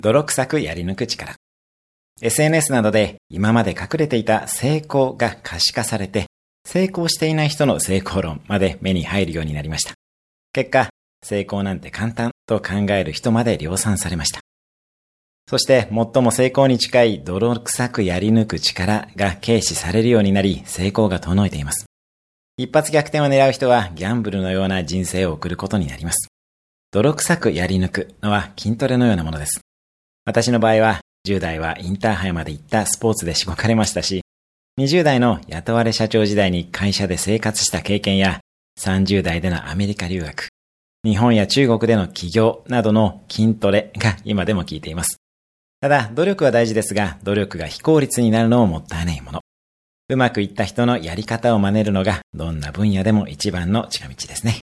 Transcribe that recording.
泥臭くやり抜く力。SNS などで今まで隠れていた成功が可視化されて、成功していない人の成功論まで目に入るようになりました。結果、成功なんて簡単と考える人まで量産されました。そして最も成功に近い泥臭くやり抜く力が軽視されるようになり、成功が遠のいています。一発逆転を狙う人はギャンブルのような人生を送ることになります。泥臭くやり抜くのは筋トレのようなものです。私の場合は10代はインターハイまで行ったスポーツでしごかれましたし、20代の雇われ社長時代に会社で生活した経験や、30代でのアメリカ留学、日本や中国での起業などの筋トレが今でも効いています。ただ、努力は大事ですが、努力が非効率になるのももったいないもの。うまくいった人のやり方を真似るのが、どんな分野でも一番の近道ですね。